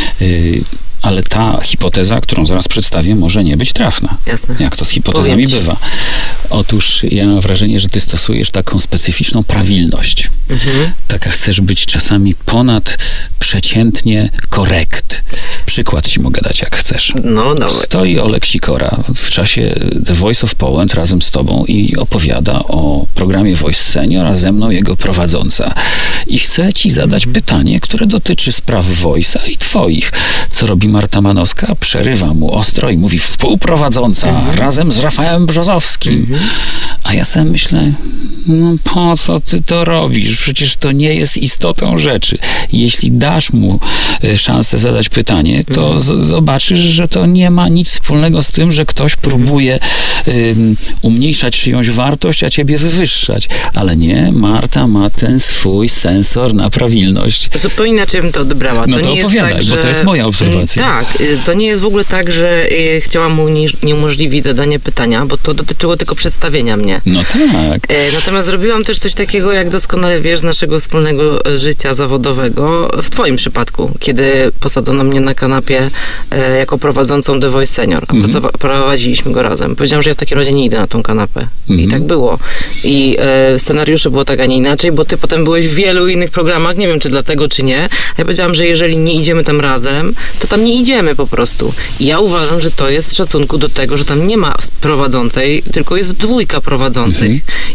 Y Ale ta hipoteza, którą zaraz przedstawię, może nie być trafna.
Jasne.
Jak to z hipotezami bywa. Otóż ja mam wrażenie, że ty stosujesz taką specyficzną prawilność. Mhm. Taka chcesz być czasami ponad przeciętnie korekt. Przykład ci mogę dać, jak chcesz.
No, dawaj.
Stoi Oleg Sikora w czasie The Voice of Poland razem z tobą i opowiada o programie Voice Senior, a ze mną jego prowadząca. I chcę ci zadać mhm. pytanie, które dotyczy spraw Voice'a i twoich. Co robi Marta Manowska? Przerywa mu ostro i mówi współprowadząca mhm. razem z Rafałem Brzozowskim. Mhm. A ja sobie myślę, no po co ty to robisz? Przecież to nie jest istotą rzeczy. Jeśli dasz mu szansę zadać pytanie, to mhm. z- zobaczysz, że to nie ma nic wspólnego z tym, że ktoś próbuje um, umniejszać czyjąś wartość, a ciebie wywyższać. Ale nie, Marta ma ten swój sensor na prawilność.
Zupełnie inaczej bym to odebrała.
No
to,
to
nie
opowiadaj,
jest tak,
bo
że...
to jest moja obserwacja.
Tak, to nie jest w ogóle tak, że chciałam mu nie umożliwić zadania pytania, bo to dotyczyło tylko przedstawienia mnie.
No tak.
Natomiast zrobiłam też coś takiego, jak doskonale wiesz, z naszego wspólnego życia zawodowego, w twoim przypadku, kiedy posadzono mnie na kanapie jako prowadzącą The Voice Senior, a mm-hmm. prowadziliśmy go razem. Powiedziałam, że ja w takim razie nie idę na tą kanapę. Mm-hmm. I tak było. I e, scenariusze było tak, a nie inaczej, bo ty potem byłeś w wielu innych programach, nie wiem, czy dlatego, czy nie. Ja powiedziałam, że jeżeli nie idziemy tam razem, to tam nie idziemy po prostu. I ja uważam, że to jest z szacunku do tego, że tam nie ma prowadzącej, tylko jest dwójka prowadzących. Mm-hmm. I tak jest.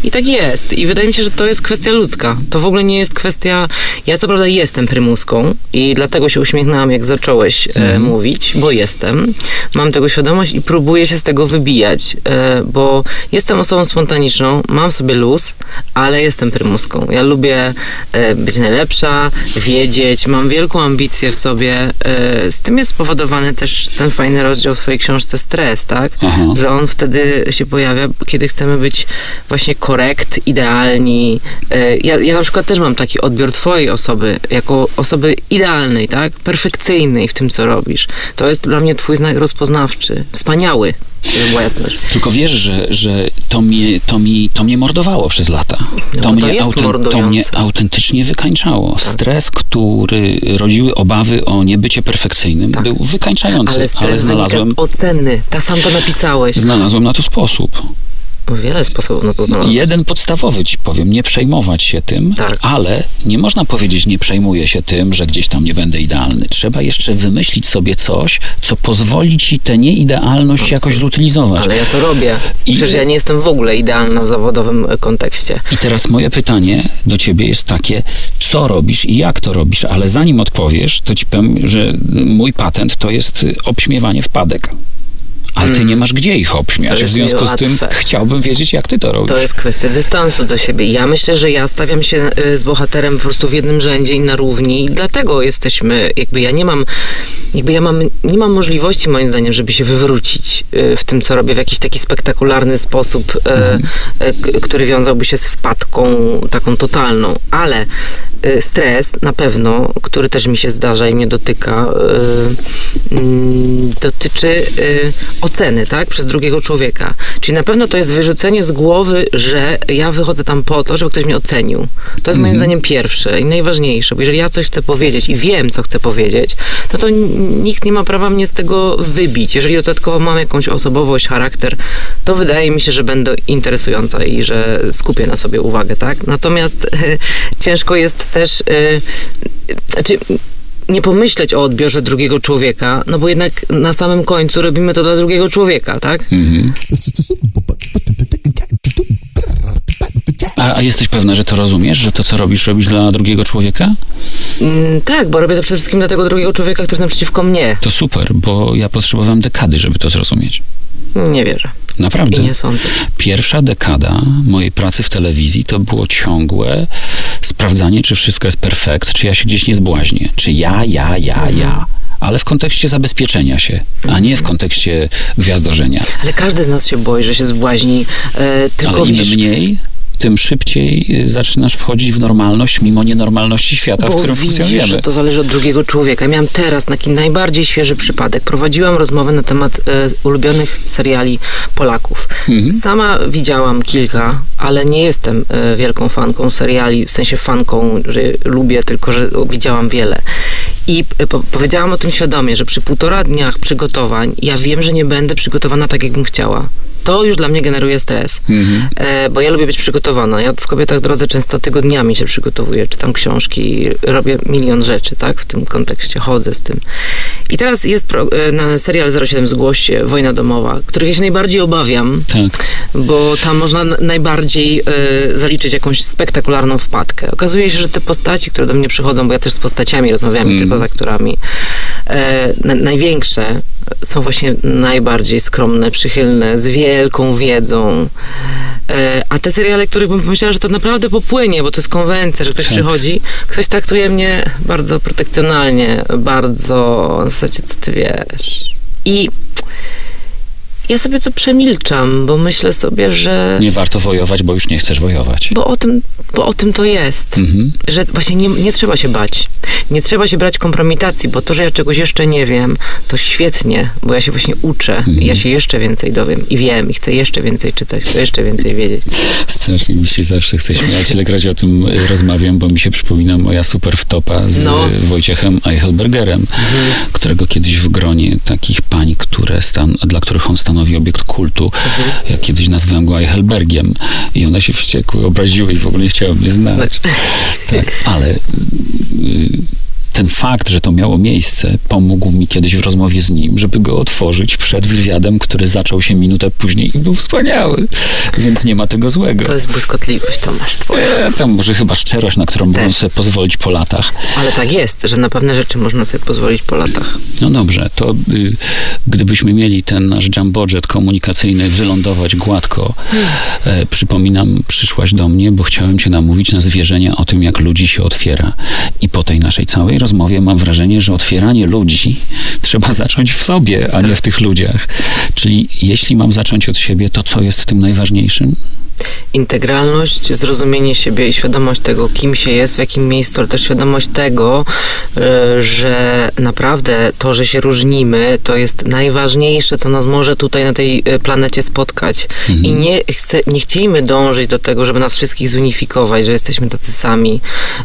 jest. I wydaje mi się, że to jest kwestia ludzka. To w ogóle nie jest kwestia... Ja co prawda jestem prymuską i dlatego się uśmiechnęłam, jak zacząłeś mm. e, mówić, bo jestem. Mam tego świadomość i próbuję się z tego wybijać, e, bo jestem osobą spontaniczną, mam sobie luz, ale jestem prymuską. Ja lubię e, być najlepsza, wiedzieć, mam wielką ambicję w sobie. E, z tym jest spowodowany też ten fajny rozdział w twojej książce Stres, tak? Aha. Że on wtedy się pojawia, kiedy chcemy być właśnie korekt, idealni. E, ja, ja na przykład też mam taki odbiór twojej osoby, jako osoby idealnej, tak? Perfekcyjnej w tym, co robisz. To jest dla mnie twój znak rozpoznawczy. Wspaniały.
Tylko wiesz, że, że to, mnie, to, mi, to mnie mordowało przez lata. To,
no,
mnie, to, auten, to mnie autentycznie wykańczało. Tak. Stres, który rodziły obawy o niebycie perfekcyjnym, tak. był wykańczający.
Ale stres
ale znalazłem
z oceny. Tak sam to napisałeś.
Znalazłem na to sposób.
Wiele sposobów na to znaleźć.
Jeden podstawowy ci powiem, nie przejmować się tym, tak. ale nie można powiedzieć, nie przejmuję się tym, że gdzieś tam nie będę idealny. Trzeba jeszcze wymyślić sobie coś, co pozwoli ci tę nieidealność Absolutnie. jakoś zutylizować.
Ale ja to robię. I Przecież ja nie jestem w ogóle idealna w zawodowym kontekście.
I teraz moje pytanie do ciebie jest takie, co robisz i jak to robisz, ale zanim odpowiesz, to ci powiem, że mój patent to jest obśmiewanie wpadek. Ale ty mm. nie masz gdzie ich obśmiać. W związku z tym chciałbym wiedzieć, jak ty to robisz.
To jest kwestia dystansu do siebie. Ja myślę, że ja stawiam się z bohaterem po prostu w jednym rzędzie i na równi i dlatego jesteśmy, jakby ja nie mam, jakby ja mam, nie mam możliwości moim zdaniem, żeby się wywrócić w tym, co robię w jakiś taki spektakularny sposób, mm. który wiązałby się z wpadką taką totalną. Ale stres na pewno, który też mi się zdarza i mnie dotyka, dotyczy oceny, tak? Przez drugiego człowieka. Czyli na pewno to jest wyrzucenie z głowy, że ja wychodzę tam po to, żeby ktoś mnie ocenił. To jest moim mm-hmm. zdaniem pierwsze i najważniejsze, bo jeżeli ja coś chcę powiedzieć i wiem, co chcę powiedzieć, no to nikt nie ma prawa mnie z tego wybić. Jeżeli dodatkowo mam jakąś osobowość, charakter, to wydaje mi się, że będę interesująca i że skupię na sobie uwagę, tak? Natomiast y, ciężko jest też y, znaczy nie pomyśleć o odbiorze drugiego człowieka, no bo jednak na samym końcu robimy to dla drugiego człowieka, tak? Mhm.
A, a jesteś pewna, że to rozumiesz, że to, co robisz, robisz dla drugiego człowieka?
Mm, tak, bo robię to przede wszystkim dla tego drugiego człowieka, który jest naprzeciwko mnie.
To super, bo ja potrzebowałem dekady, żeby to zrozumieć.
Nie wierzę.
Naprawdę.
I nie sądzę.
Pierwsza dekada mojej pracy w telewizji to było ciągłe sprawdzanie, czy wszystko jest perfekt, czy ja się gdzieś nie zbłaźnię. Czy ja, ja, ja, mhm. ja. Ale w kontekście zabezpieczenia się, a nie w kontekście gwiazdorzenia.
Ale każdy z nas się boi, że się zbłaźni. E, tylko
Ale im
wiesz...
mniej, tym szybciej zaczynasz wchodzić w normalność, mimo nienormalności świata,
Bo
w którym
widzisz,
funkcjonujemy.
Że to zależy od drugiego człowieka. Ja miałam teraz taki najbardziej świeży przypadek. Prowadziłam rozmowę na temat e, ulubionych seriali Polaków. Mhm. Sama widziałam kilka, ale nie jestem e, wielką fanką seriali, w sensie fanką, że lubię, tylko że widziałam wiele. I po, powiedziałam o tym świadomie, że przy półtora dniach przygotowań ja wiem, że nie będę przygotowana tak, jakbym chciała. To już dla mnie generuje stres, mhm. e, bo ja lubię być przygotowana. Ja w Kobietach w drodze często tygodniami się przygotowuję, czytam książki, robię milion rzeczy, tak, w tym kontekście, chodzę z tym. I teraz jest pro, e, na serial zero siedem Zgłoś się, Wojna domowa, których ja się najbardziej obawiam, tak. bo tam można n- najbardziej e, zaliczyć jakąś spektakularną wpadkę. Okazuje się, że te postaci, które do mnie przychodzą, bo ja też z postaciami rozmawiam, mm. tylko z aktorami, e, na, największe są właśnie najbardziej skromne, przychylne, z wielką wiedzą. E, a te seriale, których bym pomyślała, że to naprawdę popłynie, bo to jest konwencja, że ktoś tak. przychodzi, ktoś traktuje mnie bardzo protekcjonalnie, bardzo, w zasadzie, co ty wiesz. I ja sobie to przemilczam, bo myślę sobie, że...
Nie warto wojować, bo już nie chcesz wojować.
Bo o tym, bo o tym to jest. Mhm. Że właśnie nie, nie trzeba się bać. Nie trzeba się brać kompromitacji, bo to, że ja czegoś jeszcze nie wiem, to świetnie, bo ja się właśnie uczę. Mhm. I ja się jeszcze więcej dowiem i wiem, i chcę jeszcze więcej czytać, chcę jeszcze więcej wiedzieć.
Strasznie mi się zawsze chce śmiać, ilekroć o tym rozmawiam, bo mi się przypomina moja super wtopa z no. Wojciechem Eichelbergerem, mhm. którego kiedyś w gronie takich pań, które stan, dla których on stanowi obiekt kultu. Mhm. Ja kiedyś nazwałem go Eichelbergiem i one się wściekły, obraziły i w ogóle nie chciały mnie znać. Tak, ale y, ten ten fakt, że to miało miejsce, pomógł mi kiedyś w rozmowie z nim, żeby go otworzyć przed wywiadem, który zaczął się minutę później i był wspaniały. Więc nie ma tego złego.
To jest błyskotliwość, Tomasz, twoja.
E, to może chyba szczerość, na którą mogą sobie pozwolić po latach.
Ale tak jest, że na pewne rzeczy można sobie pozwolić po latach.
No dobrze, to y, gdybyśmy mieli ten nasz jumbojet komunikacyjny wylądować gładko, hmm. e, przypominam, przyszłaś do mnie, bo chciałem cię namówić na zwierzenia o tym, jak ludzi się otwiera. I po tej naszej całej rozmowie mam wrażenie, że otwieranie ludzi trzeba zacząć w sobie, a tak. nie w tych ludziach. Czyli jeśli mam zacząć od siebie, to co jest tym najważniejszym?
Integralność, zrozumienie siebie i świadomość tego, kim się jest, w jakim miejscu, ale też świadomość tego, że naprawdę to, że się różnimy, to jest najważniejsze, co nas może tutaj na tej planecie spotkać. Mhm. I nie, chce, nie chciejmy dążyć do tego, żeby nas wszystkich zunifikować, że jesteśmy tacy sami,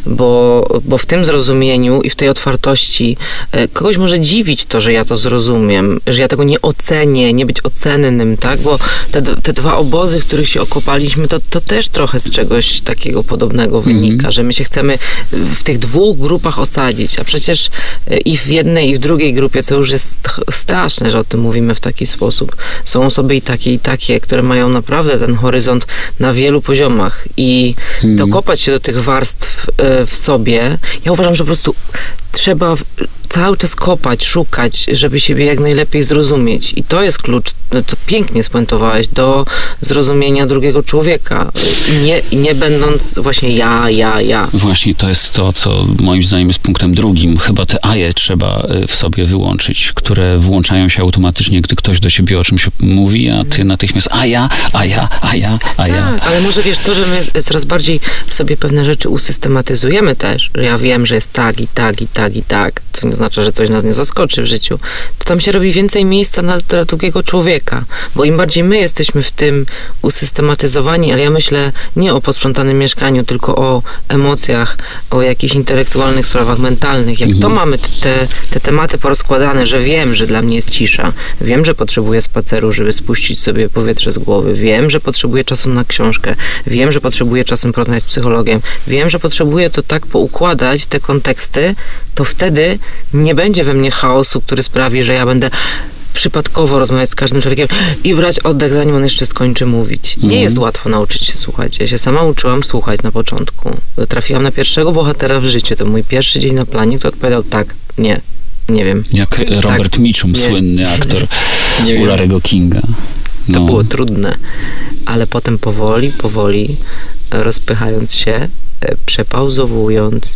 bo, bo w tym zrozumieniu i w tej otwartości kogoś może dziwić to, że ja to zrozumiem, że ja tego nie ocenię, nie być ocennym, tak? Bo te, te dwa obozy, w których się okopaliśmy, to, to też trochę z czegoś takiego podobnego wynika, mm-hmm. że my się chcemy w tych dwóch grupach osadzić, a przecież i w jednej, i w drugiej grupie, co już jest straszne, że o tym mówimy w taki sposób, są osoby i takie, i takie, które mają naprawdę ten horyzont na wielu poziomach i mm. dokopać się do tych warstw w sobie, ja uważam, że po prostu trzeba cały czas kopać, szukać, żeby siebie jak najlepiej zrozumieć. I to jest klucz, no to pięknie spuentowałeś, do zrozumienia drugiego człowieka. I nie, i nie będąc właśnie ja, ja, ja.
Właśnie to jest to, co moim zdaniem jest punktem drugim. Chyba te aje trzeba w sobie wyłączyć, które włączają się automatycznie, gdy ktoś do siebie o czymś mówi, a ty natychmiast a ja, a ja, a ja, a ja.
Tak, ale może wiesz, to, że my coraz bardziej w sobie pewne rzeczy usystematyzujemy też, że ja wiem, że jest tak i tak i tak i tak, co nie znaczy, że coś nas nie zaskoczy w życiu, to tam się robi więcej miejsca na, dla drugiego człowieka, bo im bardziej my jesteśmy w tym usystematyzowani, ale ja myślę nie o posprzątanym mieszkaniu, tylko o emocjach, o jakichś intelektualnych sprawach mentalnych. Jak mhm. to mamy te, te tematy porozkładane, że wiem, że dla mnie jest cisza, wiem, że potrzebuję spaceru, żeby spuścić sobie powietrze z głowy, wiem, że potrzebuję czasu na książkę, wiem, że potrzebuję czasem porozmawiać z psychologiem, wiem, że potrzebuję to tak poukładać, te konteksty, to wtedy nie będzie we mnie chaosu, który sprawi, że ja będę przypadkowo rozmawiać z każdym człowiekiem i brać oddech, zanim on jeszcze skończy mówić. Nie mm. jest łatwo nauczyć się słuchać. Ja się sama uczyłam słuchać na początku. Trafiłam na pierwszego bohatera w życiu. To mój pierwszy dzień na planie, kto odpowiadał tak, nie, nie wiem.
Jak Robert tak, Mitchum, nie. słynny aktor u Larry'ego Kinga. No.
To było trudne, ale potem powoli, powoli rozpychając się, przepauzowując,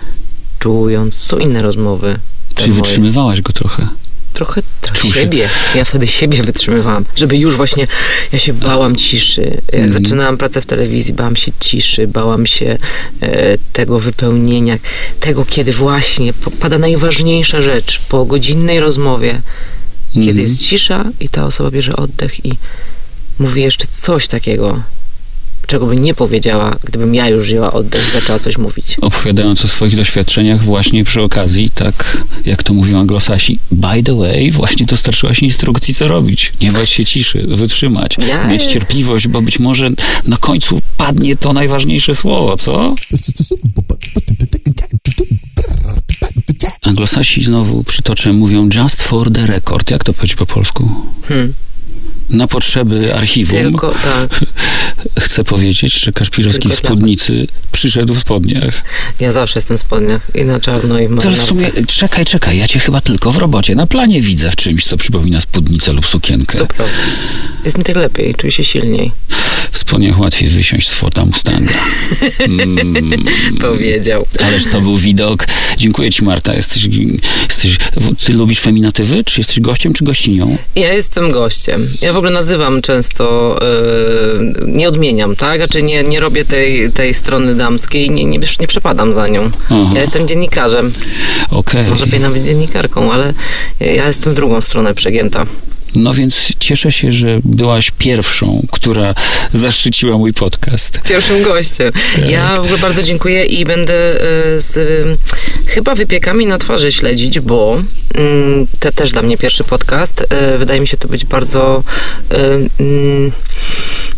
czując, są inne rozmowy.
Czyli moje. Wytrzymywałaś go trochę?
Trochę, trochę siebie. Ja wtedy siebie wytrzymywałam. Żeby już właśnie, ja się bałam ciszy. Jak mm. zaczynałam pracę w telewizji, bałam się ciszy, bałam się e, tego wypełnienia, tego, kiedy właśnie pada najważniejsza rzecz po godzinnej rozmowie, mm. kiedy jest cisza i ta osoba bierze oddech i mówi jeszcze coś takiego, czego by nie powiedziała, gdybym ja już wzięła oddech i zaczęła coś mówić.
Opowiadając o swoich doświadczeniach właśnie przy okazji, tak jak to mówią anglosasi, by the way, właśnie dostarczyłaś instrukcji, co robić. Nie bać się ciszy, wytrzymać, ja... mieć cierpliwość, bo być może na końcu padnie to najważniejsze słowo, co? Anglosasi znowu przytoczę, mówią just for the record. Jak to powiedzieć po polsku? Hmm. Na potrzeby archiwum Tylko, tak. chcę powiedzieć, że Kaszpirowski w spódnicy przyszedł w spodniach.
Ja zawsze jestem w spodniach i na czarno i w
marynarce. To w sumie, czekaj, czekaj, ja cię chyba tylko w robocie, na planie widzę w czymś, co przypomina spódnicę lub sukienkę.
To prawda. Jest mi tak lepiej, czuję się silniej.
W spodniach łatwiej wysiąść z Forda Mustanga. Mm.
Powiedział.
Ależ to był widok. Dziękuję ci, Marta. Jesteś, jesteś, ty lubisz feminatywy? Czy jesteś gościem, czy gościnią? Ja jestem gościem. Ja w ogóle nazywam często, yy, nie odmieniam, tak? Znaczy nie, nie robię tej, tej strony damskiej, nie, nie, nie przepadam za nią. Aha. Ja jestem dziennikarzem. Okay. Może być nawet dziennikarką, ale ja jestem w drugą stronę przegięta. No więc cieszę się, że byłaś pierwszą, która zaszczyciła mój podcast. Pierwszym gościem. Tak. Ja w ogóle bardzo dziękuję i będę y, z y, chyba wypiekami na twarzy śledzić, bo y, to też dla mnie pierwszy podcast. Y, wydaje mi się to być bardzo y, y,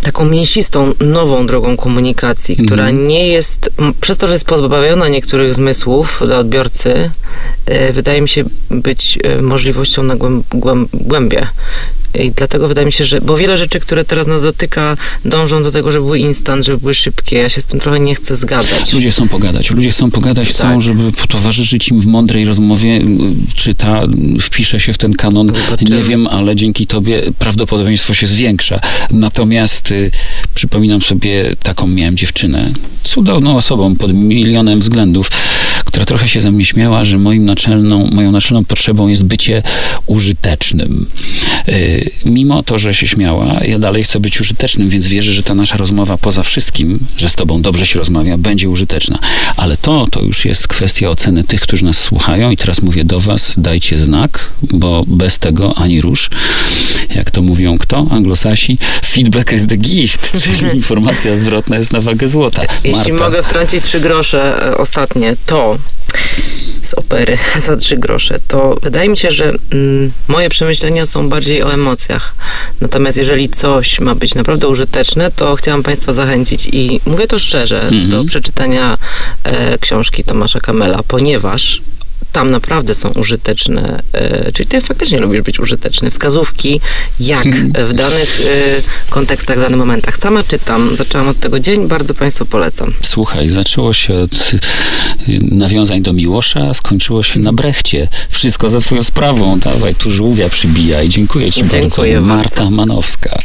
taką mięsistą, nową drogą komunikacji, która mm. nie jest, przez to, że jest pozbawiona niektórych zmysłów dla odbiorcy, y, wydaje mi się być y, możliwością na głęb, głęb, głębie. I dlatego wydaje mi się, że, bo wiele rzeczy, które teraz nas dotyka, dążą do tego, żeby były instant, żeby były szybkie. Ja się z tym trochę nie chcę zgadzać.
Ludzie chcą pogadać. Ludzie chcą pogadać, tak. chcą, żeby towarzyszyć im w mądrej rozmowie. Czy ta wpisze się w ten kanon? Zobaczymy. Nie wiem, ale dzięki tobie prawdopodobieństwo się zwiększa. Natomiast y, przypominam sobie, taką miałem dziewczynę, cudowną osobą, pod milionem względów, która trochę się ze mnie śmiała, że moim naczelną, moją naczelną potrzebą jest bycie użytecznym. Yy, mimo to, że się śmiała, ja dalej chcę być użytecznym, więc wierzę, że ta nasza rozmowa poza wszystkim, że z tobą dobrze się rozmawia, będzie użyteczna. Ale to, to już jest kwestia oceny tych, którzy nas słuchają i teraz mówię do was, dajcie znak, bo bez tego ani rusz. Jak to mówią kto? Anglosasi? Feedback is the gift, czyli informacja zwrotna jest na wagę złota.
Jeśli
Marta.
mogę wtrącić trzy grosze e, ostatnie, to z opery za trzy grosze, to wydaje mi się, że mm, moje przemyślenia są bardziej o emocjach. Natomiast jeżeli coś ma być naprawdę użyteczne, to chciałam państwa zachęcić i mówię to szczerze, mm-hmm. do przeczytania e, książki Tomasza Kamela, ponieważ tam naprawdę są użyteczne, e, czyli ty faktycznie lubisz być użyteczny, wskazówki, jak w danych e, kontekstach, w danych momentach. Sama czytam, zaczęłam od tego dzień, bardzo państwu polecam.
Słuchaj, zaczęło się od nawiązań do Miłosza, skończyło się na Brechcie. Wszystko za twoją sprawą. Dawaj, tu żółwia przybija i dziękuję ci
dziękuję
bardzo.
bardzo.
Marta Manowska.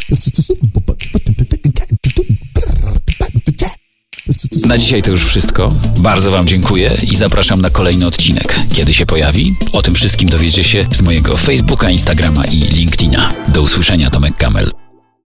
Na dzisiaj to już wszystko. Bardzo wam dziękuję i zapraszam na kolejny odcinek. Kiedy się pojawi? O tym wszystkim dowiecie się z mojego Facebooka, Instagrama i LinkedIna. Do usłyszenia, Tomek Kamel.